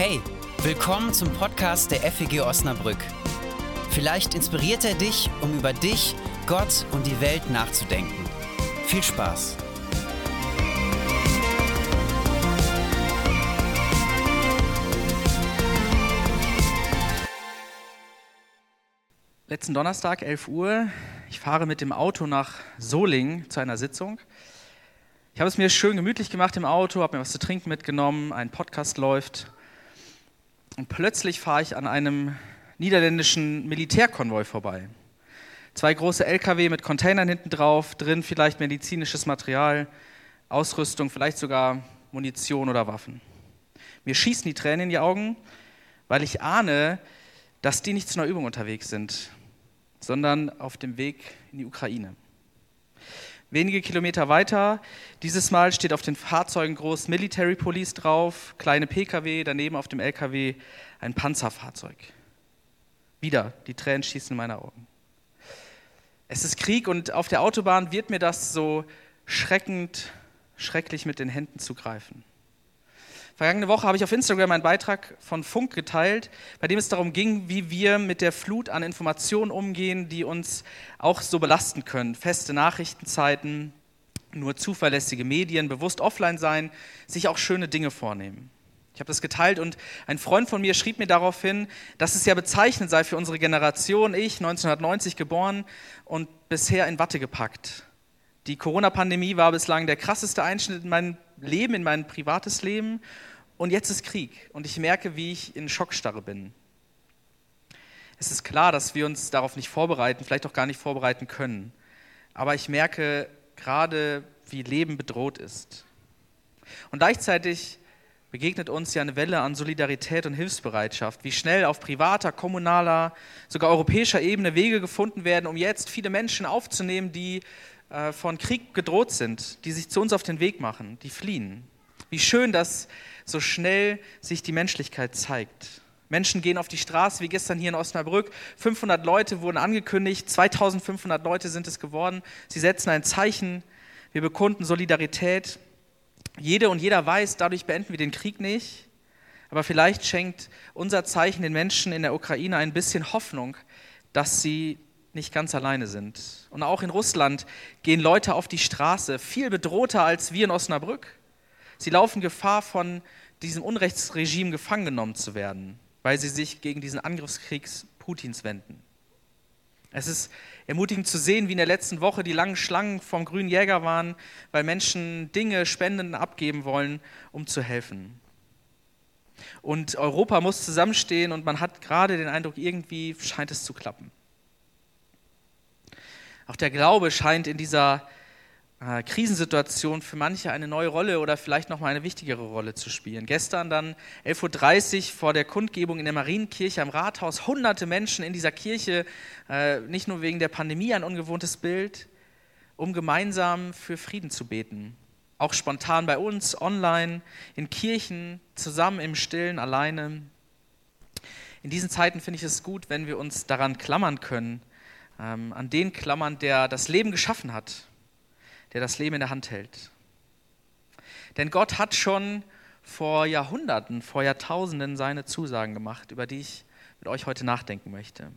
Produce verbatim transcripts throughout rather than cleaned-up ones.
Hey, willkommen zum Podcast der F E G Osnabrück. Vielleicht inspiriert er dich, um über dich, Gott und die Welt nachzudenken. Viel Spaß! Letzten Donnerstag, elf Uhr. Ich fahre mit dem Auto nach Solingen zu einer Sitzung. Ich habe es mir schön gemütlich gemacht im Auto, habe mir was zu trinken mitgenommen, ein Podcast läuft. Und plötzlich fahre ich an einem niederländischen Militärkonvoi vorbei. Zwei große L K W mit Containern hinten drauf, drin vielleicht medizinisches Material, Ausrüstung, vielleicht sogar Munition oder Waffen. Mir schießen die Tränen in die Augen, weil ich ahne, dass die nicht zu einer Übung unterwegs sind, sondern auf dem Weg in die Ukraine. Wenige Kilometer weiter, dieses Mal steht auf den Fahrzeugen groß Military Police drauf, kleine P K W, daneben auf dem L K W ein Panzerfahrzeug. Wieder, die Tränen schießen in meine Augen. Es ist Krieg und auf der Autobahn wird mir das so schreckend, schrecklich mit den Händen zu greifen. Vergangene Woche habe ich auf Instagram einen Beitrag von Funk geteilt, bei dem es darum ging, wie wir mit der Flut an Informationen umgehen, die uns auch so belasten können. Feste Nachrichtenzeiten, nur zuverlässige Medien, bewusst offline sein, sich auch schöne Dinge vornehmen. Ich habe das geteilt und ein Freund von mir schrieb mir daraufhin, dass es ja bezeichnend sei für unsere Generation, ich, neunzehnhundertneunzig geboren und bisher in Watte gepackt. Die Corona-Pandemie war bislang der krasseste Einschnitt in mein Leben, in mein privates Leben. Und jetzt ist Krieg und ich merke, wie ich in Schockstarre bin. Es ist klar, dass wir uns darauf nicht vorbereiten, vielleicht auch gar nicht vorbereiten können. Aber ich merke gerade, wie Leben bedroht ist. Und gleichzeitig begegnet uns ja eine Welle an Solidarität und Hilfsbereitschaft, wie schnell auf privater, kommunaler, sogar europäischer Ebene Wege gefunden werden, um jetzt viele Menschen aufzunehmen, die äh, von Krieg gedroht sind, die sich zu uns auf den Weg machen, die fliehen. Wie schön, dass so schnell sich die Menschlichkeit zeigt. Menschen gehen auf die Straße, wie gestern hier in Osnabrück. fünfhundert Leute wurden angekündigt, zweitausendfünfhundert Leute sind es geworden. Sie setzen ein Zeichen, wir bekunden Solidarität. Jede und jeder weiß, dadurch beenden wir den Krieg nicht. Aber vielleicht schenkt unser Zeichen den Menschen in der Ukraine ein bisschen Hoffnung, dass sie nicht ganz alleine sind. Und auch in Russland gehen Leute auf die Straße, viel bedrohter als wir in Osnabrück. Sie laufen Gefahr, von diesem Unrechtsregime gefangen genommen zu werden, weil sie sich gegen diesen Angriffskrieg Putins wenden. Es ist ermutigend zu sehen, wie in der letzten Woche die langen Schlangen vom Grünen Jäger waren, weil Menschen Dinge, Spenden abgeben wollen, um zu helfen. Und Europa muss zusammenstehen und man hat gerade den Eindruck, irgendwie scheint es zu klappen. Auch der Glaube scheint in dieser äh, Krisensituation für manche eine neue Rolle oder vielleicht nochmal eine wichtigere Rolle zu spielen. Gestern dann elf Uhr dreißig vor der Kundgebung in der Marienkirche am Rathaus, hunderte Menschen in dieser Kirche, äh, nicht nur wegen der Pandemie ein ungewohntes Bild, um gemeinsam für Frieden zu beten. Auch spontan bei uns, online, in Kirchen, zusammen im Stillen, alleine. In diesen Zeiten finde ich es gut, wenn wir uns daran klammern können, ähm, an den klammern, der das Leben geschaffen hat, der das Leben in der Hand hält. Denn Gott hat schon vor Jahrhunderten, vor Jahrtausenden seine Zusagen gemacht, über die ich mit euch heute nachdenken möchte.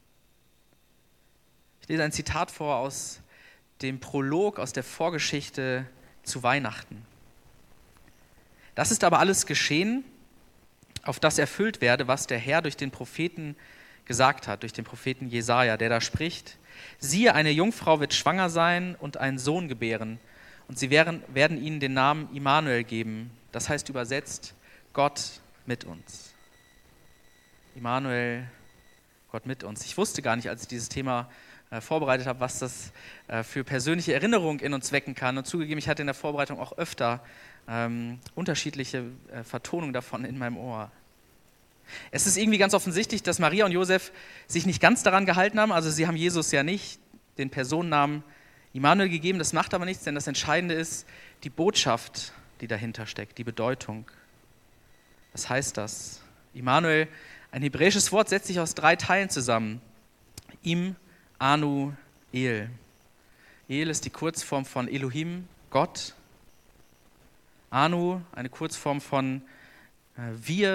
Ich lese ein Zitat vor aus dem Prolog, aus der Vorgeschichte zu Weihnachten. Das ist aber alles geschehen, auf das erfüllt werde, was der Herr durch den Propheten gesagt hat, durch den Propheten Jesaja, der da spricht: Siehe, eine Jungfrau wird schwanger sein und einen Sohn gebären, und sie werden, werden ihnen den Namen Immanuel geben. Das heißt übersetzt, Gott mit uns. Immanuel, Gott mit uns. Ich wusste gar nicht, als ich dieses Thema äh, vorbereitet habe, was das äh, für persönliche Erinnerung in uns wecken kann. Und zugegeben, ich hatte in der Vorbereitung auch öfter ähm, unterschiedliche äh, Vertonungen davon in meinem Ohr. Es ist irgendwie ganz offensichtlich, dass Maria und Josef sich nicht ganz daran gehalten haben. Also sie haben Jesus ja nicht den Personennamen Immanuel gegeben. Das macht aber nichts, denn das Entscheidende ist die Botschaft, die dahinter steckt, die Bedeutung. Was heißt das? Immanuel, ein hebräisches Wort, setzt sich aus drei Teilen zusammen. Im, Anu, El. El ist die Kurzform von Elohim, Gott. Anu, eine Kurzform von äh, wir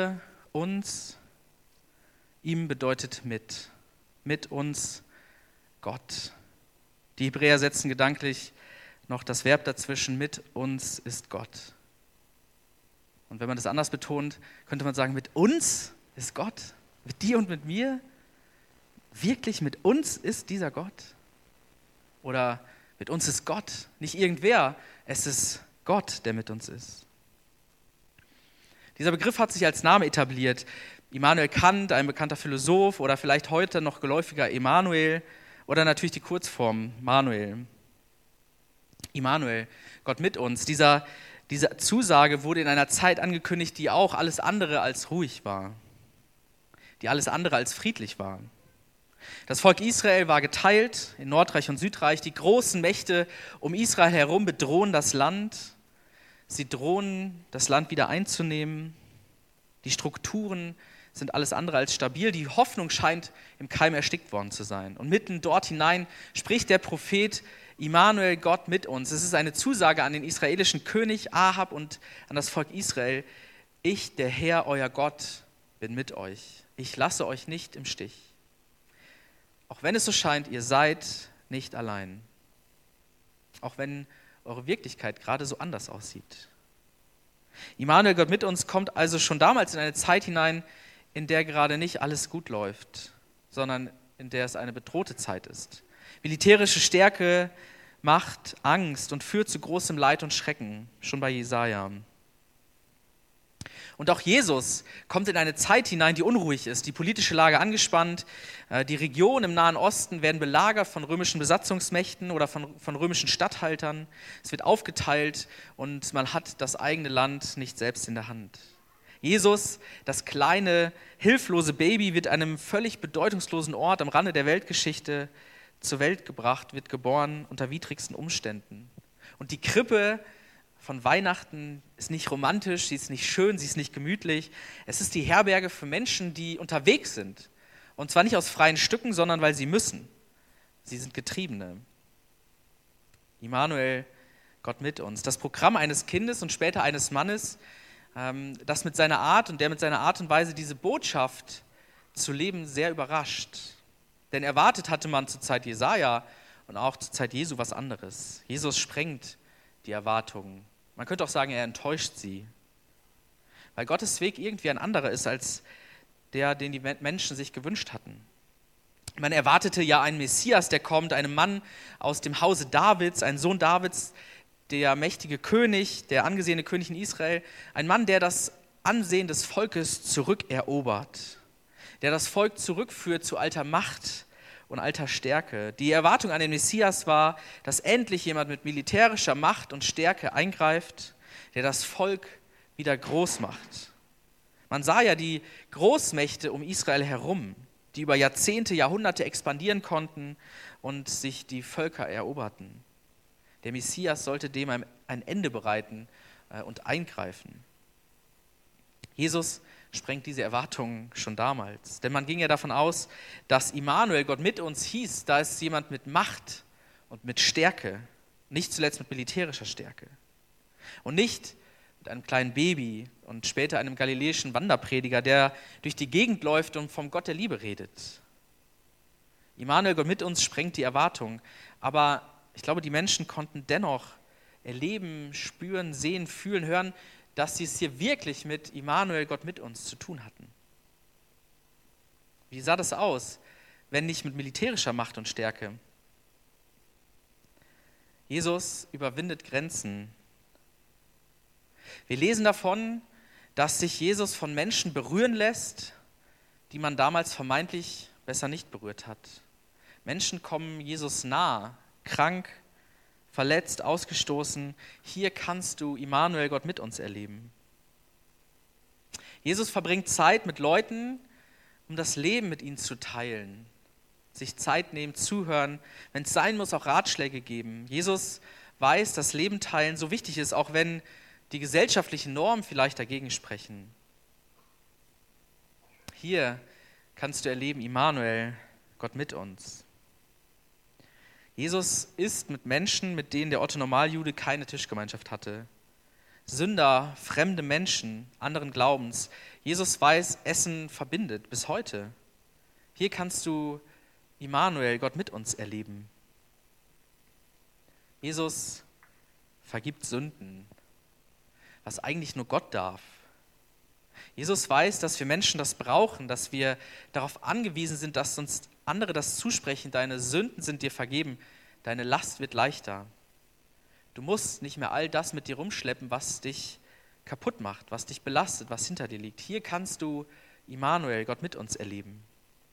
uns, ihm bedeutet mit. Mit uns Gott. Die Hebräer setzen gedanklich noch das Verb dazwischen, mit uns ist Gott. Und wenn man das anders betont, könnte man sagen, mit uns ist Gott, mit dir und mit mir. Wirklich mit uns ist dieser Gott? Oder mit uns ist Gott, nicht irgendwer, es ist Gott, der mit uns ist. Dieser Begriff hat sich als Name etabliert. Immanuel Kant, ein bekannter Philosoph, oder vielleicht heute noch geläufiger Emanuel, oder natürlich die Kurzform Manuel. Immanuel, Gott mit uns. Dieser, diese Zusage wurde in einer Zeit angekündigt, die auch alles andere als ruhig war, die alles andere als friedlich war. Das Volk Israel war geteilt in Nordreich und Südreich. Die großen Mächte um Israel herum bedrohen das Land. Sie drohen, das Land wieder einzunehmen. Die Strukturen sind alles andere als stabil. Die Hoffnung scheint im Keim erstickt worden zu sein. Und mitten dort hinein spricht der Prophet Immanuel, Gott mit uns. Es ist eine Zusage an den israelischen König Ahab und an das Volk Israel. Ich, der Herr, euer Gott, bin mit euch. Ich lasse euch nicht im Stich. Auch wenn es so scheint, ihr seid nicht allein. Auch wenn eure Wirklichkeit gerade so anders aussieht. Immanuel, Gott mit uns, kommt also schon damals in eine Zeit hinein, in der gerade nicht alles gut läuft, sondern in der es eine bedrohte Zeit ist. Militärische Stärke, Macht, Angst und führt zu großem Leid und Schrecken, schon bei Jesaja. Und auch Jesus kommt in eine Zeit hinein, die unruhig ist, die politische Lage angespannt. Die Regionen im Nahen Osten werden belagert von römischen Besatzungsmächten oder von, von römischen Statthaltern. Es wird aufgeteilt und man hat das eigene Land nicht selbst in der Hand. Jesus, das kleine, hilflose Baby, wird an einem völlig bedeutungslosen Ort am Rande der Weltgeschichte zur Welt gebracht, wird geboren unter widrigsten Umständen. Und die Krippe von Weihnachten ist nicht romantisch, sie ist nicht schön, sie ist nicht gemütlich. Es ist die Herberge für Menschen, die unterwegs sind. Und zwar nicht aus freien Stücken, sondern weil sie müssen. Sie sind Getriebene. Immanuel, Gott mit uns. Das Programm eines Kindes und später eines Mannes, das mit seiner Art und der mit seiner Art und Weise diese Botschaft zu leben sehr überrascht. Denn erwartet hatte man zur Zeit Jesaja und auch zur Zeit Jesu was anderes. Jesus sprengt die Erwartungen. Man könnte auch sagen, er enttäuscht sie. Weil Gottes Weg irgendwie ein anderer ist als der, den die Menschen sich gewünscht hatten. Man erwartete ja einen Messias, der kommt, einen Mann aus dem Hause Davids, ein Sohn Davids, der mächtige König, der angesehene König in Israel, ein Mann, der das Ansehen des Volkes zurückerobert, der das Volk zurückführt zu alter Macht und alter Stärke. Die Erwartung an den Messias war, dass endlich jemand mit militärischer Macht und Stärke eingreift, der das Volk wieder groß macht. Man sah ja die Großmächte um Israel herum, die über Jahrzehnte, Jahrhunderte expandieren konnten und sich die Völker eroberten. Der Messias sollte dem ein Ende bereiten und eingreifen. Jesus sprengt diese Erwartungen schon damals. Denn man ging ja davon aus, dass Immanuel, Gott mit uns, hieß, da ist jemand mit Macht und mit Stärke, nicht zuletzt mit militärischer Stärke. Und nicht mit einem kleinen Baby und später einem galiläischen Wanderprediger, der durch die Gegend läuft und vom Gott der Liebe redet. Immanuel, Gott mit uns, sprengt die Erwartungen. Aber ich glaube, die Menschen konnten dennoch erleben, spüren, sehen, fühlen, hören, dass sie es hier wirklich mit Immanuel, Gott mit uns, zu tun hatten. Wie sah das aus, wenn nicht mit militärischer Macht und Stärke? Jesus überwindet Grenzen. Wir lesen davon, dass sich Jesus von Menschen berühren lässt, die man damals vermeintlich besser nicht berührt hat. Menschen kommen Jesus nah, krank, verletzt, ausgestoßen. Hier kannst du Immanuel, Gott mit uns, erleben. Jesus verbringt Zeit mit Leuten, um das Leben mit ihnen zu teilen. Sich Zeit nehmen, zuhören, wenn es sein muss, auch Ratschläge geben. Jesus weiß, dass Leben teilen so wichtig ist, auch wenn die gesellschaftlichen Normen vielleicht dagegen sprechen. Hier kannst du erleben, Immanuel, Gott mit uns. Jesus isst mit Menschen, mit denen der Otto-Normaljude keine Tischgemeinschaft hatte. Sünder, fremde Menschen, anderen Glaubens. Jesus weiß, Essen verbindet bis heute. Hier kannst du Immanuel, Gott mit uns, erleben. Jesus vergibt Sünden, was eigentlich nur Gott darf. Jesus weiß, dass wir Menschen das brauchen, dass wir darauf angewiesen sind, dass uns andere das zusprechen. Deine Sünden sind dir vergeben, deine Last wird leichter. Du musst nicht mehr all das mit dir rumschleppen, was dich kaputt macht, was dich belastet, was hinter dir liegt. Hier kannst du Immanuel, Gott mit uns, erleben.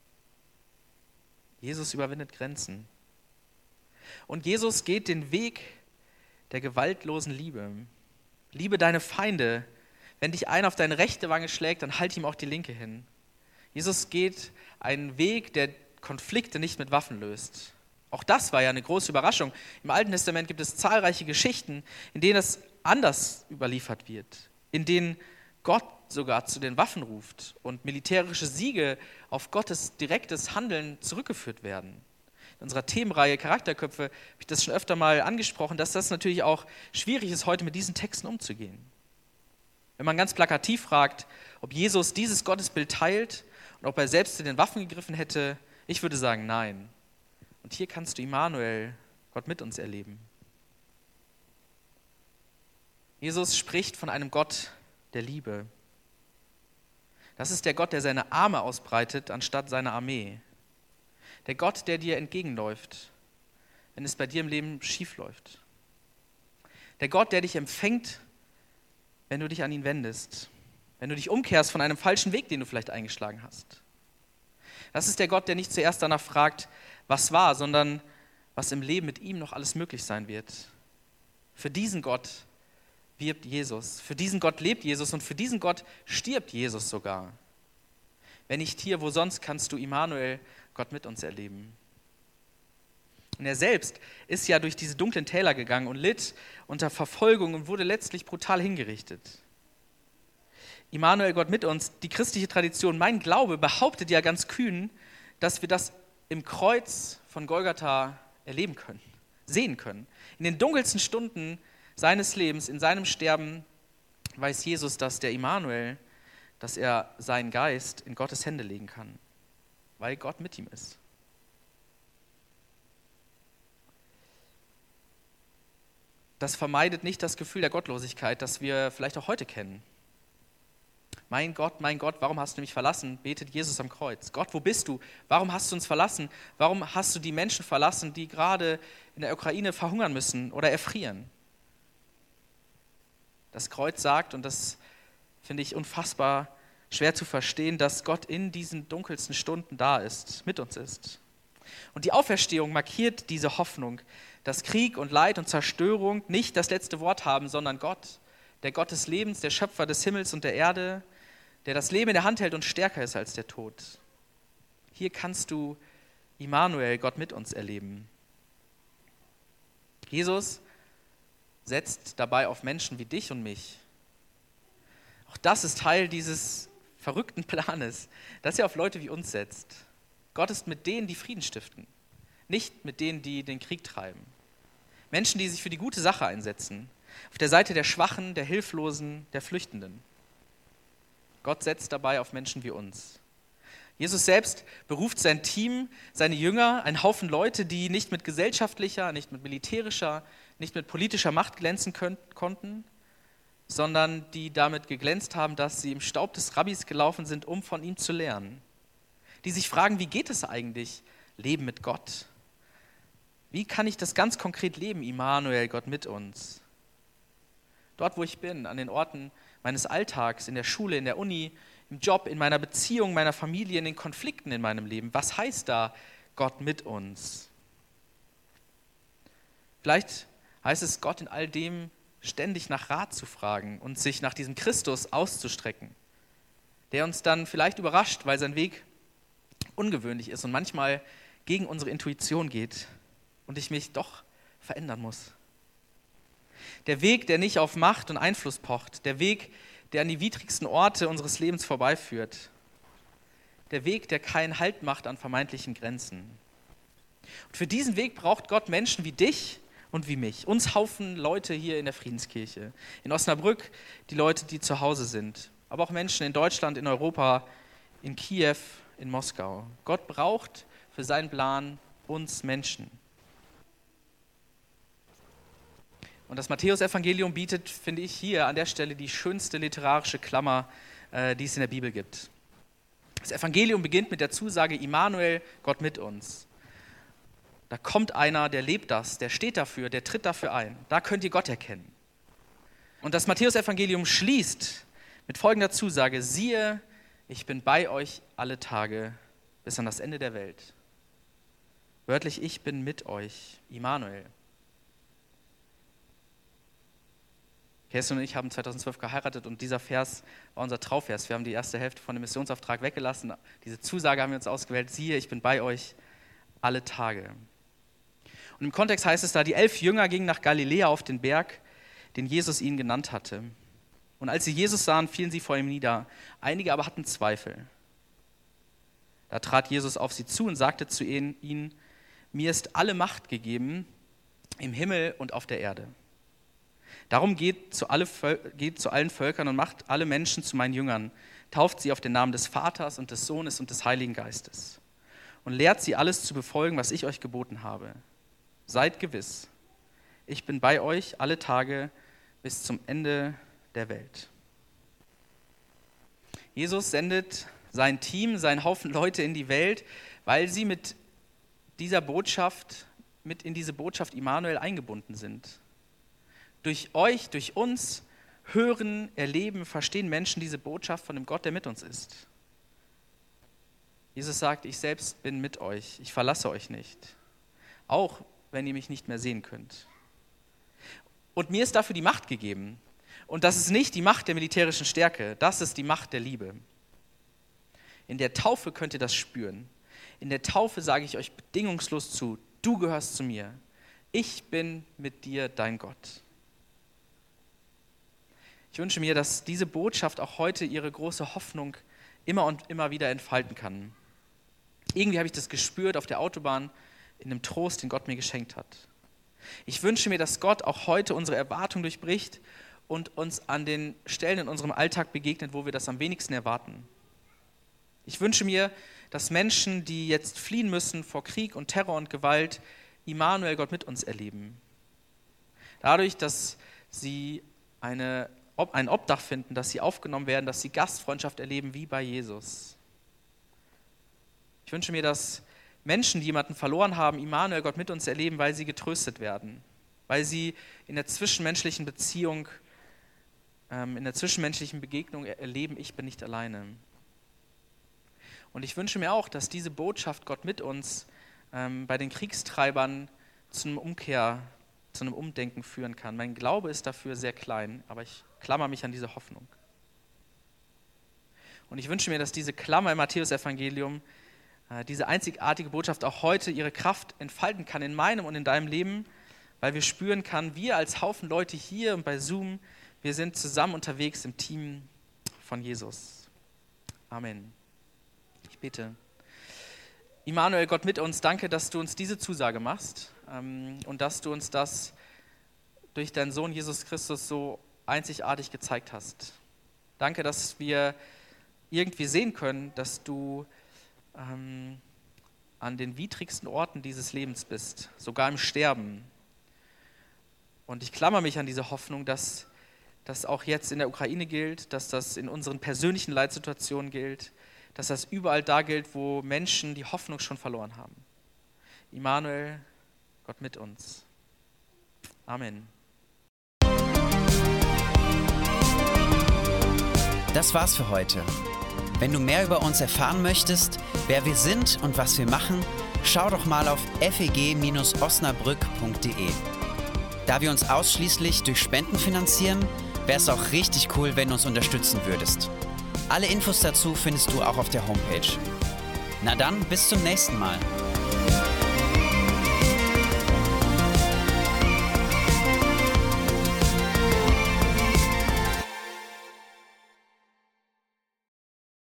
Jesus überwindet Grenzen. Und Jesus geht den Weg der gewaltlosen Liebe. Liebe deine Feinde. Wenn dich einer auf deine rechte Wange schlägt, dann halt ihm auch die linke hin. Jesus geht einen Weg, der Konflikte nicht mit Waffen löst. Auch das war ja eine große Überraschung. Im Alten Testament gibt es zahlreiche Geschichten, in denen es anders überliefert wird, in denen Gott sogar zu den Waffen ruft und militärische Siege auf Gottes direktes Handeln zurückgeführt werden. In unserer Themenreihe Charakterköpfe habe ich das schon öfter mal angesprochen, dass das natürlich auch schwierig ist, heute mit diesen Texten umzugehen. Wenn man ganz plakativ fragt, ob Jesus dieses Gottesbild teilt und ob er selbst zu den Waffen gegriffen hätte, ich würde sagen, nein. Und hier kannst du Immanuel, Gott mit uns, erleben. Jesus spricht von einem Gott der Liebe. Das ist der Gott, der seine Arme ausbreitet, anstatt seine Armee. Der Gott, der dir entgegenläuft, wenn es bei dir im Leben schief läuft. Der Gott, der dich empfängt, wenn du dich an ihn wendest. Wenn du dich umkehrst von einem falschen Weg, den du vielleicht eingeschlagen hast. Das ist der Gott, der nicht zuerst danach fragt, was war, sondern was im Leben mit ihm noch alles möglich sein wird. Für diesen Gott wirbt Jesus, für diesen Gott lebt Jesus und für diesen Gott stirbt Jesus sogar. Wenn nicht hier, wo sonst kannst du Immanuel, Gott mit uns, erleben. Und er selbst ist ja durch diese dunklen Täler gegangen und litt unter Verfolgung und wurde letztlich brutal hingerichtet. Immanuel, Gott mit uns, die christliche Tradition, mein Glaube behauptet ja ganz kühn, dass wir das im Kreuz von Golgatha erleben können, sehen können. In den dunkelsten Stunden seines Lebens, in seinem Sterben, weiß Jesus, dass der Immanuel, dass er seinen Geist in Gottes Hände legen kann, weil Gott mit ihm ist. Das vermeidet nicht das Gefühl der Gottlosigkeit, das wir vielleicht auch heute kennen. Mein Gott, mein Gott, warum hast du mich verlassen? Betet Jesus am Kreuz. Gott, wo bist du? Warum hast du uns verlassen? Warum hast du die Menschen verlassen, die gerade in der Ukraine verhungern müssen oder erfrieren? Das Kreuz sagt, und das finde ich unfassbar schwer zu verstehen, dass Gott in diesen dunkelsten Stunden da ist, mit uns ist. Und die Auferstehung markiert diese Hoffnung, dass Krieg und Leid und Zerstörung nicht das letzte Wort haben, sondern Gott, der Gott des Lebens, der Schöpfer des Himmels und der Erde, der das Leben in der Hand hält und stärker ist als der Tod. Hier kannst du Immanuel, Gott mit uns, erleben. Jesus setzt dabei auf Menschen wie dich und mich. Auch das ist Teil dieses verrückten Planes, dass er auf Leute wie uns setzt. Gott ist mit denen, die Frieden stiften, nicht mit denen, die den Krieg treiben. Menschen, die sich für die gute Sache einsetzen, auf der Seite der Schwachen, der Hilflosen, der Flüchtenden. Gott setzt dabei auf Menschen wie uns. Jesus selbst beruft sein Team, seine Jünger, einen Haufen Leute, die nicht mit gesellschaftlicher, nicht mit militärischer, nicht mit politischer Macht glänzen können, konnten, sondern die damit geglänzt haben, dass sie im Staub des Rabbis gelaufen sind, um von ihm zu lernen. Die sich fragen, wie geht es eigentlich, Leben mit Gott? Wie kann ich das ganz konkret leben, Immanuel, Gott mit uns? Dort, wo ich bin, an den Orten meines Alltags, in der Schule, in der Uni, im Job, in meiner Beziehung, meiner Familie, in den Konflikten in meinem Leben. Was heißt da Gott mit uns? Vielleicht heißt es, Gott in all dem ständig nach Rat zu fragen und sich nach diesem Christus auszustrecken, der uns dann vielleicht überrascht, weil sein Weg ungewöhnlich ist und manchmal gegen unsere Intuition geht und ich mich doch verändern muss. Der Weg, der nicht auf Macht und Einfluss pocht, der Weg, der an die widrigsten Orte unseres Lebens vorbeiführt, der Weg, der keinen Halt macht an vermeintlichen Grenzen. Und für diesen Weg braucht Gott Menschen wie dich und wie mich. Uns Haufen Leute hier in der Friedenskirche. In Osnabrück die Leute, die zu Hause sind. Aber auch Menschen in Deutschland, in Europa, in Kiew, in Moskau. Gott braucht für seinen Plan uns Menschen. Und das Matthäusevangelium bietet, finde ich, hier an der Stelle die schönste literarische Klammer, äh, die es in der Bibel gibt. Das Evangelium beginnt mit der Zusage, Immanuel, Gott mit uns. Da kommt einer, der lebt das, der steht dafür, der tritt dafür ein. Da könnt ihr Gott erkennen. Und das Matthäusevangelium schließt mit folgender Zusage, siehe, ich bin bei euch alle Tage bis an das Ende der Welt. Wörtlich, ich bin mit euch, Immanuel. Kerstin und ich haben zweitausendzwölf geheiratet und dieser Vers war unser Trauvers. Wir haben die erste Hälfte von dem Missionsauftrag weggelassen. Diese Zusage haben wir uns ausgewählt, siehe, ich bin bei euch alle Tage. Und im Kontext heißt es da, die elf Jünger gingen nach Galiläa auf den Berg, den Jesus ihnen genannt hatte. Und als sie Jesus sahen, fielen sie vor ihm nieder. Einige aber hatten Zweifel. Da trat Jesus auf sie zu und sagte zu ihnen, mir ist alle Macht gegeben im Himmel und auf der Erde. Darum geht zu, alle, geht zu allen Völkern und macht alle Menschen zu meinen Jüngern, tauft sie auf den Namen des Vaters und des Sohnes und des Heiligen Geistes und lehrt sie alles zu befolgen, was ich euch geboten habe. Seid gewiss, ich bin bei euch alle Tage bis zum Ende der Welt. Jesus sendet sein Team, seinen Haufen Leute in die Welt, weil sie mit dieser Botschaft, mit in diese Botschaft Immanuel eingebunden sind. Durch euch, durch uns hören, erleben, verstehen Menschen diese Botschaft von dem Gott, der mit uns ist. Jesus sagt, ich selbst bin mit euch, ich verlasse euch nicht, auch wenn ihr mich nicht mehr sehen könnt. Und mir ist dafür die Macht gegeben. Und das ist nicht die Macht der militärischen Stärke, das ist die Macht der Liebe. In der Taufe könnt ihr das spüren. In der Taufe sage ich euch bedingungslos zu, du gehörst zu mir. Ich bin mit dir dein Gott. Ich wünsche mir, dass diese Botschaft auch heute ihre große Hoffnung immer und immer wieder entfalten kann. Irgendwie habe ich das gespürt auf der Autobahn in dem Trost, den Gott mir geschenkt hat. Ich wünsche mir, dass Gott auch heute unsere Erwartung durchbricht und uns an den Stellen in unserem Alltag begegnet, wo wir das am wenigsten erwarten. Ich wünsche mir, dass Menschen, die jetzt fliehen müssen vor Krieg und Terror und Gewalt, Immanuel, Gott mit uns erleben. Dadurch, dass sie eine, ein Obdach finden, dass sie aufgenommen werden, dass sie Gastfreundschaft erleben wie bei Jesus. Ich wünsche mir, dass Menschen, die jemanden verloren haben, Immanuel, Gott mit uns erleben, weil sie getröstet werden, weil sie in der zwischenmenschlichen Beziehung, ähm, in der zwischenmenschlichen Begegnung erleben, ich bin nicht alleine. Und ich wünsche mir auch, dass diese Botschaft Gott mit uns ähm, bei den Kriegstreibern zu einem Umkehr, zu einem Umdenken führen kann. Mein Glaube ist dafür sehr klein, aber ich klammer mich an diese Hoffnung. Und ich wünsche mir, dass diese Klammer im Matthäusevangelium, äh, diese einzigartige Botschaft auch heute ihre Kraft entfalten kann in meinem und in deinem Leben, weil wir spüren können, wir als Haufen Leute hier und bei Zoom, wir sind zusammen unterwegs im Team von Jesus. Amen. Ich bete. Immanuel, Gott mit uns, danke, dass du uns diese Zusage machst ähm, und dass du uns das durch deinen Sohn Jesus Christus so einzigartig gezeigt hast. Danke, dass wir irgendwie sehen können, dass du ähm, an den widrigsten Orten dieses Lebens bist, sogar im Sterben. Und ich klammer mich an diese Hoffnung, dass das auch jetzt in der Ukraine gilt, dass das in unseren persönlichen Leitsituationen gilt, dass das überall da gilt, wo Menschen die Hoffnung schon verloren haben. Immanuel, Gott mit uns. Amen. Das war's für heute. Wenn du mehr über uns erfahren möchtest, wer wir sind und was wir machen, schau doch mal auf f e g Bindestrich osnabrück punkt d e. Da wir uns ausschließlich durch Spenden finanzieren, wäre es auch richtig cool, wenn du uns unterstützen würdest. Alle Infos dazu findest du auch auf der Homepage. Na dann, bis zum nächsten Mal.